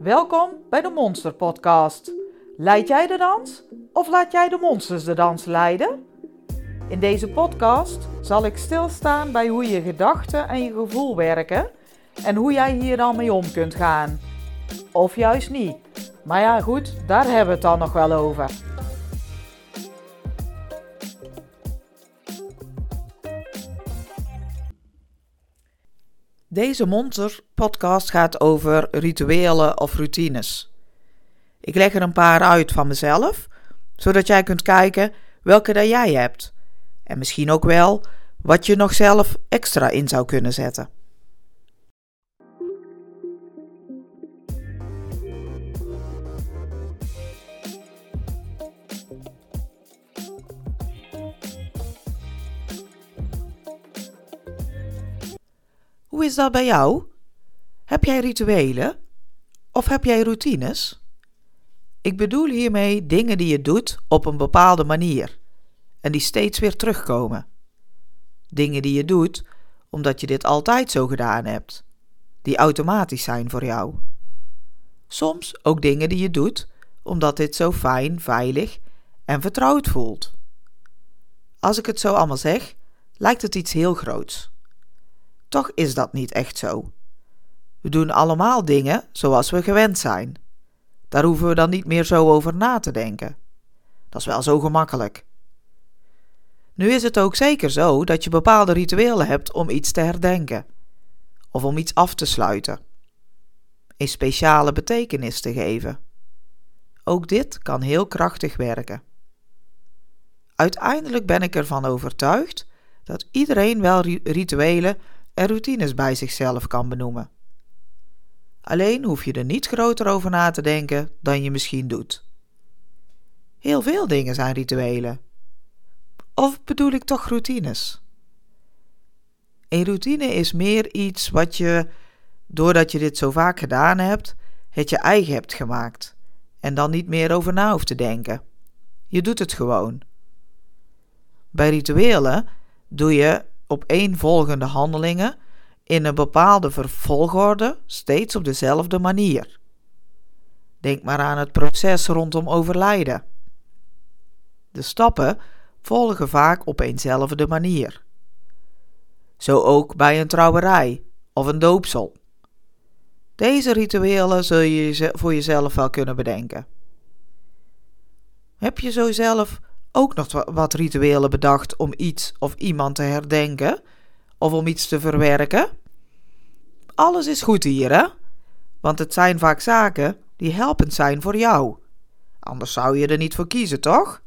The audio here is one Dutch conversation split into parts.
Welkom bij de Monster Podcast. Leid jij de dans of laat jij de monsters de dans leiden? In deze podcast zal ik stilstaan bij hoe je gedachten en je gevoel werken en hoe jij hier dan mee om kunt gaan. Of juist niet. Maar ja goed, daar hebben we het dan nog wel over. Deze Monster Podcast gaat over rituelen of routines. Ik leg er een paar uit van mezelf, zodat jij kunt kijken welke dat jij hebt. En misschien ook wel wat je nog zelf extra in zou kunnen zetten. Hoe is dat bij jou? Heb jij rituelen? Of heb jij routines? Ik bedoel hiermee dingen die je doet op een bepaalde manier en die steeds weer terugkomen. Dingen die je doet omdat je dit altijd zo gedaan hebt, die automatisch zijn voor jou. Soms ook dingen die je doet omdat dit zo fijn, veilig en vertrouwd voelt. Als ik het zo allemaal zeg, lijkt het iets heel groots. Toch is dat niet echt zo. We doen allemaal dingen zoals we gewend zijn. Daar hoeven we dan niet meer zo over na te denken. Dat is wel zo gemakkelijk. Nu is het ook zeker zo dat je bepaalde rituelen hebt om iets te herdenken. Of om iets af te sluiten. Een speciale betekenis te geven. Ook dit kan heel krachtig werken. Uiteindelijk ben ik ervan overtuigd dat iedereen wel rituelen en routines bij zichzelf kan benoemen. Alleen hoef je er niet groter over na te denken dan je misschien doet. Heel veel dingen zijn rituelen. Of bedoel ik toch routines? Een routine is meer iets wat je, doordat je dit zo vaak gedaan hebt, het je eigen hebt gemaakt en dan niet meer over na hoeft te denken. Je doet het gewoon. Bij rituelen doe je opeenvolgende handelingen in een bepaalde volgorde steeds op dezelfde manier. Denk maar aan het proces rondom overlijden. De stappen volgen vaak op eenzelfde manier. Zo ook bij een trouwerij of een doopsel. Deze rituelen zul je voor jezelf wel kunnen bedenken. Heb je zo zelf ook nog wat rituelen bedacht om iets of iemand te herdenken of om iets te verwerken? Alles is goed hier, hè? Want het zijn vaak zaken die helpend zijn voor jou. Anders zou je er niet voor kiezen, toch?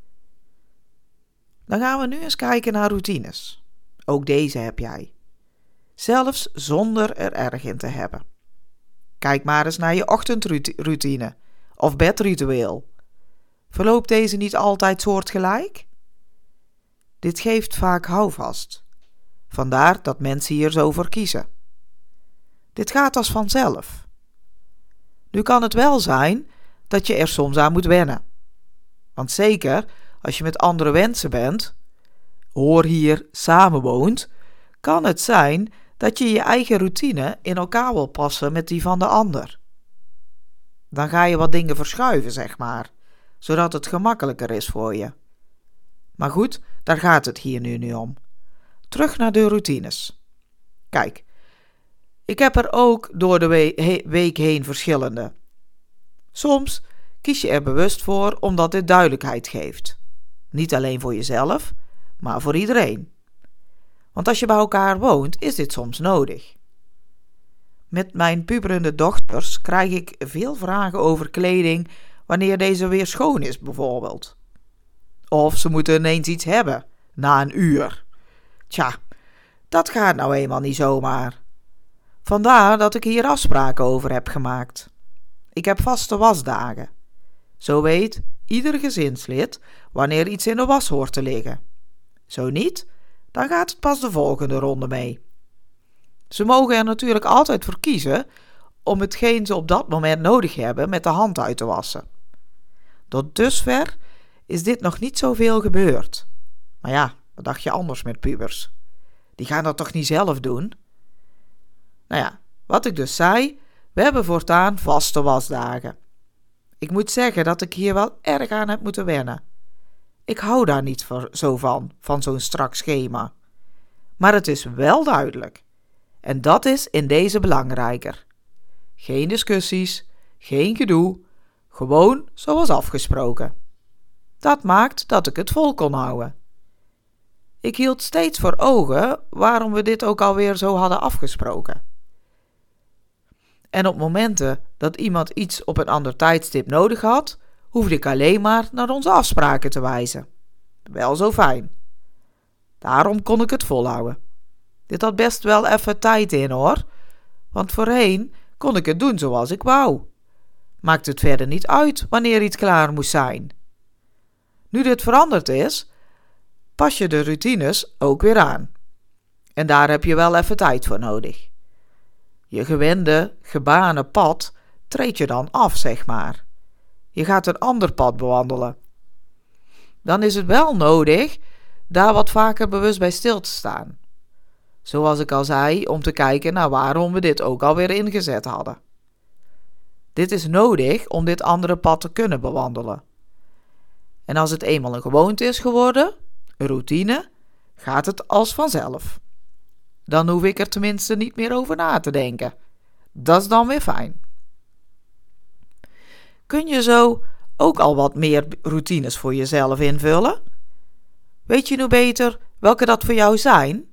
Dan gaan we nu eens kijken naar routines. Ook deze heb jij. Zelfs zonder er erg in te hebben. Kijk maar eens naar je ochtendroutine of bedritueel. Verloopt deze niet altijd soortgelijk? Dit geeft vaak houvast. Vandaar dat mensen hier zo voor kiezen. Dit gaat als vanzelf. Nu kan het wel zijn dat je er soms aan moet wennen. Want zeker als je met andere mensen bent, hoor hier, samenwoont, kan het zijn dat je je eigen routine in elkaar wil passen met die van de ander. Dan ga je wat dingen verschuiven, zeg maar, zodat het gemakkelijker is voor je. Maar goed, daar gaat het hier nu niet om. Terug naar de routines. Kijk, ik heb er ook door de week heen verschillende. Soms kies je er bewust voor omdat dit duidelijkheid geeft. Niet alleen voor jezelf, maar voor iedereen. Want als je bij elkaar woont, is dit soms nodig. Met mijn puberende dochters krijg ik veel vragen over kleding wanneer deze weer schoon is bijvoorbeeld. Of ze moeten ineens iets hebben, na een uur. Tja, dat gaat nou eenmaal niet zomaar. Vandaar dat ik hier afspraken over heb gemaakt. Ik heb vaste wasdagen. Zo weet ieder gezinslid wanneer iets in de was hoort te liggen. Zo niet, dan gaat het pas de volgende ronde mee. Ze mogen er natuurlijk altijd voor kiezen om hetgeen ze op dat moment nodig hebben met de hand uit te wassen. Tot dusver is dit nog niet zoveel gebeurd. Maar ja, wat dacht je anders met pubers? Die gaan dat toch niet zelf doen? Nou ja, wat ik dus zei, We hebben voortaan vaste wasdagen. Ik moet zeggen dat ik hier wel erg aan heb moeten wennen. Ik hou daar niet zo van zo'n strak schema. Maar het is wel duidelijk. En dat is in deze belangrijker. Geen discussies, geen gedoe, gewoon zoals afgesproken. Dat maakt dat ik het vol kon houden. Ik hield steeds voor ogen waarom we dit ook alweer zo hadden afgesproken. En op momenten dat iemand iets op een ander tijdstip nodig had, hoefde ik alleen maar naar onze afspraken te wijzen. Wel zo fijn. Daarom kon ik het volhouden. Dit had best wel even tijd in hoor, want voorheen kon ik het doen zoals ik wou. Maakt het verder niet uit wanneer iets klaar moest zijn. Nu dit veranderd is, pas je de routines ook weer aan. En daar heb je wel even tijd voor nodig. Je gewende, gebane pad treed je dan af, zeg maar. Je gaat een ander pad bewandelen. Dan is het wel nodig daar wat vaker bewust bij stil te staan. Zoals ik al zei, om te kijken naar waarom we dit ook alweer ingezet hadden. Dit is nodig om dit andere pad te kunnen bewandelen. En als het eenmaal een gewoonte is geworden, een routine, gaat het als vanzelf. Dan hoef ik er tenminste niet meer over na te denken. Dat is dan weer fijn. Kun je zo ook al wat meer routines voor jezelf invullen? Weet je nu beter welke dat voor jou zijn?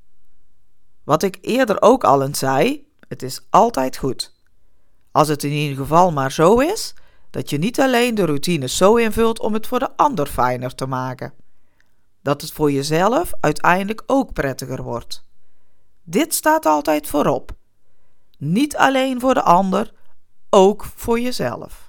Wat ik eerder ook al eens zei, het is altijd goed. Als het in ieder geval maar zo is, dat je niet alleen de routines zo invult om het voor de ander fijner te maken. Dat het voor jezelf uiteindelijk ook prettiger wordt. Dit staat altijd voorop. Niet alleen voor de ander, ook voor jezelf.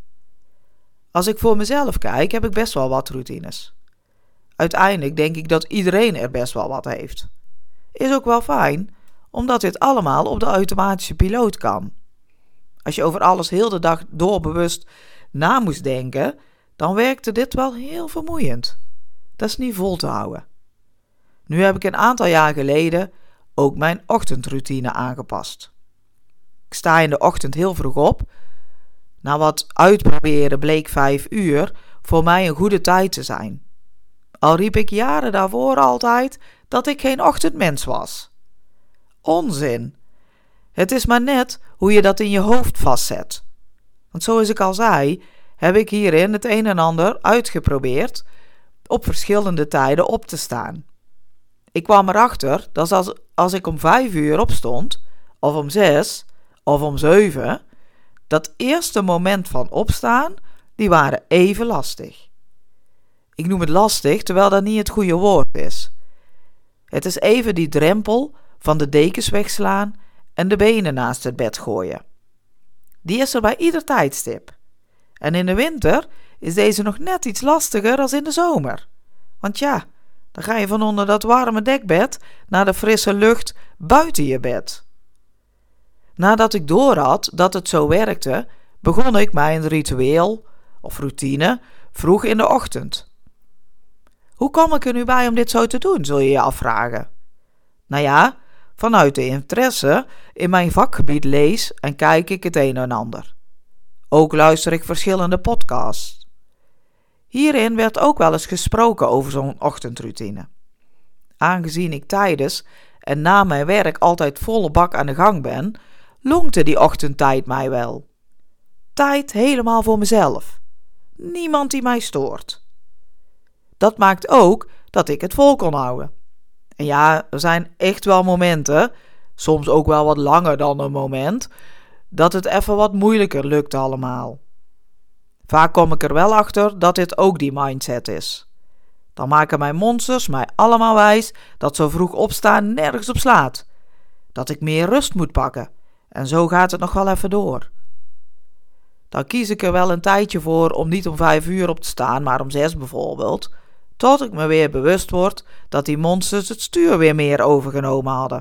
Als ik voor mezelf kijk, heb ik best wel wat routines. Uiteindelijk denk ik dat iedereen er best wel wat heeft. Is ook wel fijn, omdat dit allemaal op de automatische piloot kan. Als je over alles heel de dag door bewust na moest denken, dan werkte dit wel heel vermoeiend. Dat is niet vol te houden. Nu heb ik een aantal jaar geleden ook mijn ochtendroutine aangepast. Ik sta in de ochtend heel vroeg op. Na wat uitproberen bleek 5 uur voor mij een goede tijd te zijn. Al riep ik jaren daarvoor altijd dat ik geen ochtendmens was. Onzin. Het is maar net hoe je dat in je hoofd vastzet. Want zoals ik al zei, heb ik hierin het een en ander uitgeprobeerd op verschillende tijden op te staan. Ik kwam erachter dat als ik om 5 uur opstond, of om 6, of om 7, dat eerste moment van opstaan, die waren even lastig. Ik noem het lastig, terwijl dat niet het goede woord is. Het is even die drempel van de dekens wegslaan en de benen naast het bed gooien. Die is er bij ieder tijdstip. En in de winter is deze nog net iets lastiger dan in de zomer. Want ja, dan ga je van onder dat warme dekbed naar de frisse lucht buiten je bed. Nadat ik doorhad dat het zo werkte, begon ik mijn ritueel of routine vroeg in de ochtend. Hoe kwam ik er nu bij om dit zo te doen, zul je je afvragen? Nou ja, vanuit de interesse in mijn vakgebied lees en kijk ik het een en ander. Ook luister ik verschillende podcasts. Hierin werd ook wel eens gesproken over zo'n ochtendroutine. Aangezien ik tijdens en na mijn werk altijd volle bak aan de gang ben, lonkte die ochtendtijd mij wel. Tijd helemaal voor mezelf. Niemand die mij stoort. Dat maakt ook dat ik het vol kon houden. En ja, er zijn echt wel momenten, soms ook wel wat langer dan een moment, dat het even wat moeilijker lukt allemaal. Vaak kom ik er wel achter dat dit ook die mindset is. Dan maken mijn monsters mij allemaal wijs dat zo vroeg opstaan nergens op slaat. Dat ik meer rust moet pakken. En zo gaat het nog wel even door. Dan kies ik er wel een tijdje voor om niet om 5 uur op te staan, maar om 6 bijvoorbeeld, tot ik me weer bewust word dat die monsters het stuur weer meer overgenomen hadden.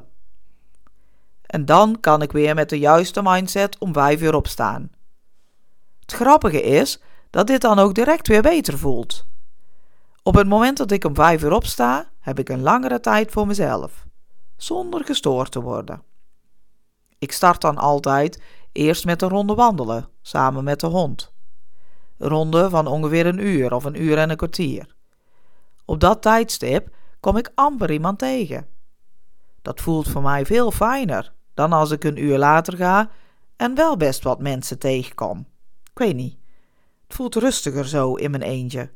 En dan kan ik weer met de juiste mindset om 5 uur opstaan. Het grappige is dat dit dan ook direct weer beter voelt. Op het moment dat ik om 5 uur opsta, heb ik een langere tijd voor mezelf, zonder gestoord te worden. Ik start dan altijd eerst met een ronde wandelen, samen met de hond. Een ronde van ongeveer een uur of een uur en een kwartier. Op dat tijdstip kom ik amper iemand tegen. Dat voelt voor mij veel fijner dan als ik een uur later ga en wel best wat mensen tegenkom. Ik weet niet, het voelt rustiger zo in mijn eentje.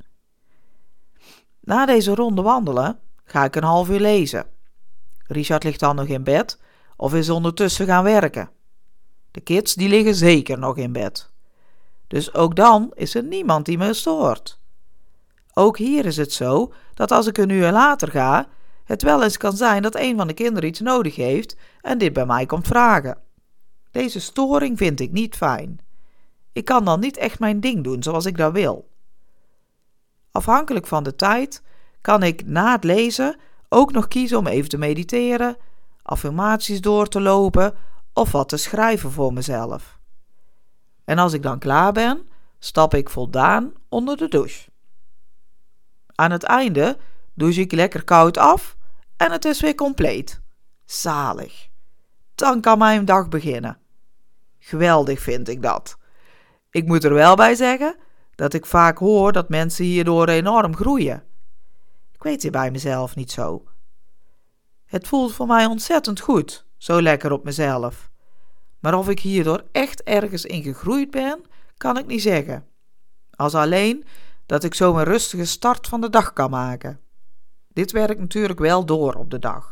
Na deze ronde wandelen ga ik een half uur lezen. Richard ligt dan nog in bed of is ondertussen gaan werken. De kids die liggen zeker nog in bed. Dus ook dan is er niemand die me stoort. Ook hier is het zo dat als ik een uur later ga, het wel eens kan zijn dat een van de kinderen iets nodig heeft en dit bij mij komt vragen. Deze storing vind ik niet fijn. Ik kan dan niet echt mijn ding doen zoals ik dat wil. Afhankelijk van de tijd kan ik na het lezen ook nog kiezen om even te mediteren, affirmaties door te lopen of wat te schrijven voor mezelf. En als ik dan klaar ben, stap ik voldaan onder de douche. Aan het einde douche ik lekker koud af en het is weer compleet. Zalig. Dan kan mijn dag beginnen. Geweldig vind ik dat. Ik moet er wel bij zeggen dat ik vaak hoor dat mensen hierdoor enorm groeien. Ik weet het bij mezelf niet zo. Het voelt voor mij ontzettend goed, zo lekker op mezelf. Maar of ik hierdoor echt ergens in gegroeid ben, kan ik niet zeggen. Als alleen dat ik zo een rustige start van de dag kan maken. Dit werkt natuurlijk wel door op de dag.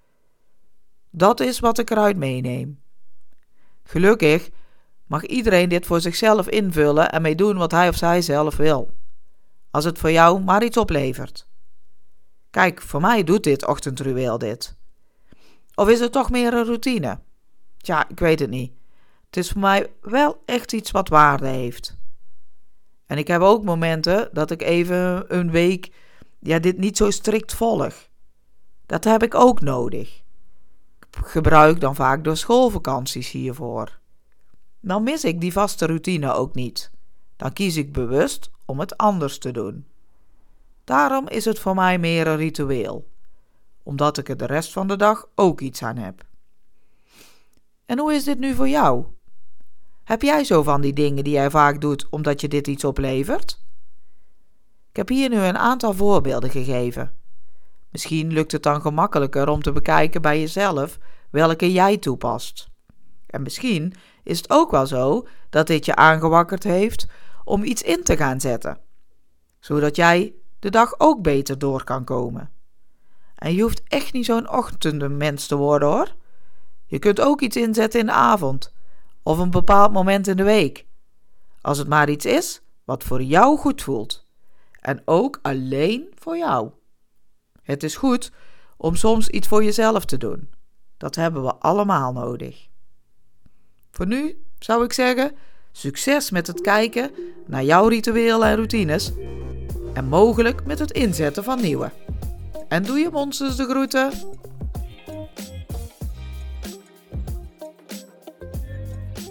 Dat is wat ik eruit meeneem. Gelukkig mag iedereen dit voor zichzelf invullen en mee doen wat hij of zij zelf wil. Als het voor jou maar iets oplevert. Kijk, voor mij doet dit ochtendritueel dit. Of is het toch meer een routine? Tja, ik weet het niet. Het is voor mij wel echt iets wat waarde heeft. En ik heb ook momenten dat ik even een week dit niet zo strikt volg. Dat heb ik ook nodig. Ik gebruik dan vaak de schoolvakanties hiervoor. Dan mis ik die vaste routine ook niet. Dan kies ik bewust om het anders te doen. Daarom is het voor mij meer een ritueel. Omdat ik er de rest van de dag ook iets aan heb. En hoe is dit nu voor jou? Heb jij zo van die dingen die jij vaak doet omdat je dit iets oplevert? Ik heb hier nu een aantal voorbeelden gegeven. Misschien lukt het dan gemakkelijker om te bekijken bij jezelf welke jij toepast. En misschien is het ook wel zo dat dit je aangewakkerd heeft om iets in te gaan zetten. Zodat jij de dag ook beter door kan komen. En je hoeft echt niet zo'n ochtendmens te worden hoor. Je kunt ook iets inzetten in de avond. Of een bepaald moment in de week. Als het maar iets is wat voor jou goed voelt. En ook alleen voor jou. Het is goed om soms iets voor jezelf te doen. Dat hebben we allemaal nodig. Voor nu zou ik zeggen, succes met het kijken naar jouw rituelen en routines. En mogelijk met het inzetten van nieuwe. En doe je monsters de groeten.